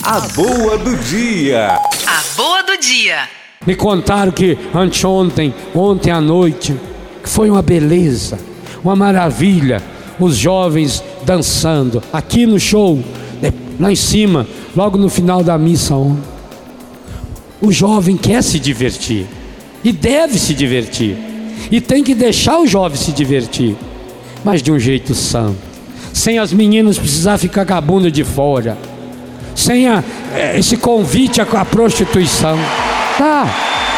A boa do dia. A boa do dia. Me contaram que ontem à noite, que foi uma beleza, uma maravilha, os jovens dançando, aqui no show, lá em cima, logo no final da missa ontem. O jovem quer se divertir, e deve se divertir, e tem que deixar o jovem se divertir, mas de um jeito santo, sem as meninas precisar ficar com a bunda de fora, sem esse convite à prostituição, tá?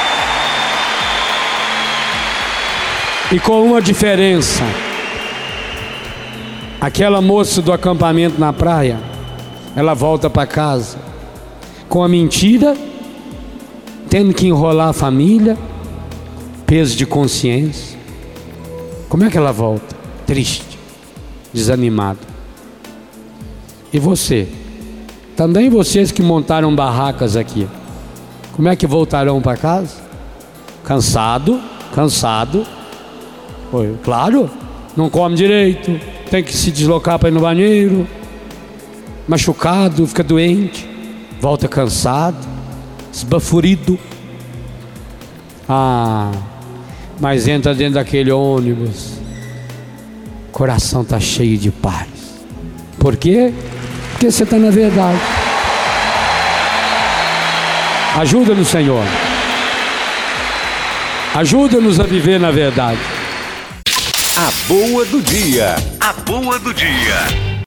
E com uma diferença: aquela moça do acampamento na praia, ela volta para casa com a mentira, tendo que enrolar a família, peso de consciência. Como é que ela volta? Triste, desanimada. E você? Também vocês que montaram barracas aqui, como é que voltarão para casa? Cansado. Oi, claro, não come direito, tem que se deslocar para ir no banheiro, machucado, fica doente, volta cansado, esbaforido. Mas entra dentro daquele ônibus, o coração está cheio de paz. Por quê? Porque você está na verdade. Ajuda-nos, Senhor. Ajuda-nos a viver na verdade. A boa do dia. A boa do dia.